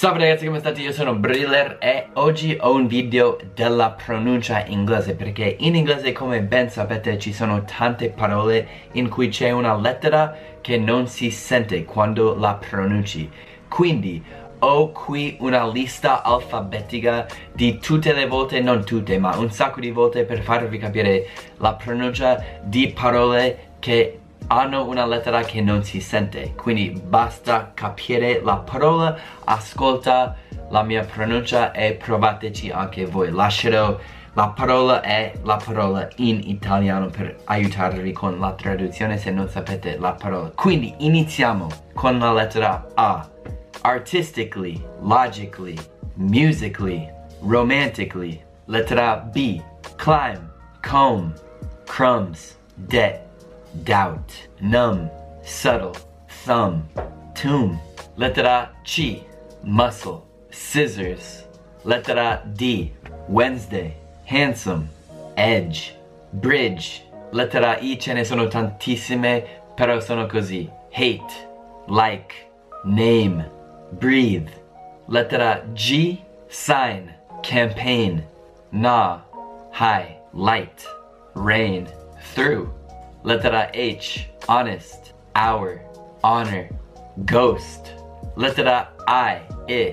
Salve ragazzi, come state? Io sono Briller e oggi ho un video della pronuncia inglese, perché in inglese, come ben sapete, ci sono tante parole in cui c'è una lettera che non si sente quando la pronunci. Quindi ho qui una lista alfabetica di tutte le volte, non tutte, ma un sacco di volte, per farvi capire la pronuncia di parole che hanno una lettera che non si sente. Quindi basta capire la parola, ascolta la mia pronuncia e provateci anche voi. Lascerò la parola e la parola in italiano per aiutarvi con la traduzione se non sapete la parola. Quindi iniziamo con la lettera A. Artistically, logically, musically, romantically. Lettera B. Climb, comb, crumbs, debt, doubt, numb, subtle, thumb, tomb. Lettera C. Muscle, scissors. Lettera D. Wednesday, handsome, edge, bridge. Lettera I ce ne sono tantissime, però sono così: hate, like, name, breathe. Lettera G. Sign, campaign, gnaw, high, light, rain, through. Lettera H. Honest, hour, honor, ghost. Lettera I.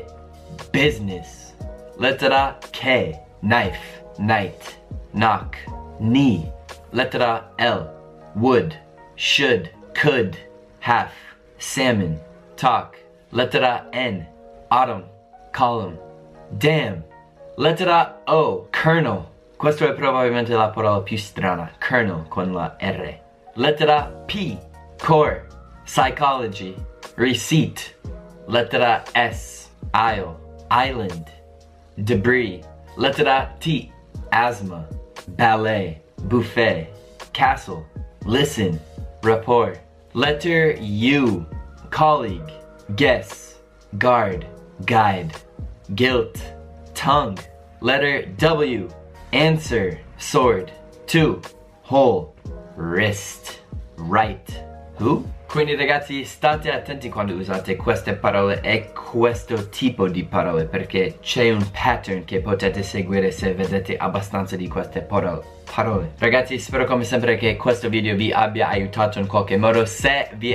Business. Lettera K. Knife, night, knock, knee. Lettera L. Would, should, could, half, salmon, talk. Lettera N. Autumn, column, damn. Lettera O. Kernel. Questa è probabilmente la parola più strana, kernel con la R. Lettera P. Core, psychology, receipt. Lettera S. Isle, island, debris. Lettera T. Asthma, ballet, buffet, castle, listen, rapport. Letter U. Colleague, guess, guard, guide, guilt, tongue. Letter W. Answer, sword, to, hole, wrist, right, who? Quindi ragazzi, state attenti quando usate queste parole e questo tipo di parole, perché c'è un pattern che potete seguire se vedete abbastanza di queste parole. Ragazzi, spero come sempre che questo video vi abbia aiutato in qualche modo. Se vi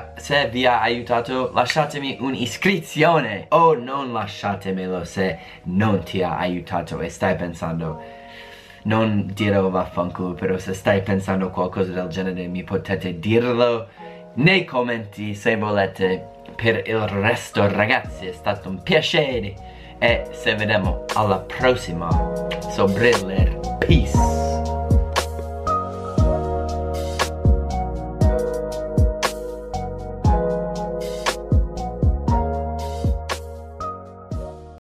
ha aiutato, lasciatemi un'iscrizione, o non lasciatemelo se non ti ha aiutato e stai pensando, non dirò vaffanculo, però se stai pensando qualcosa del genere mi potete dirlo nei commenti se volete. Per il resto ragazzi, è stato un piacere e ci vediamo alla prossima. So Briller, peace.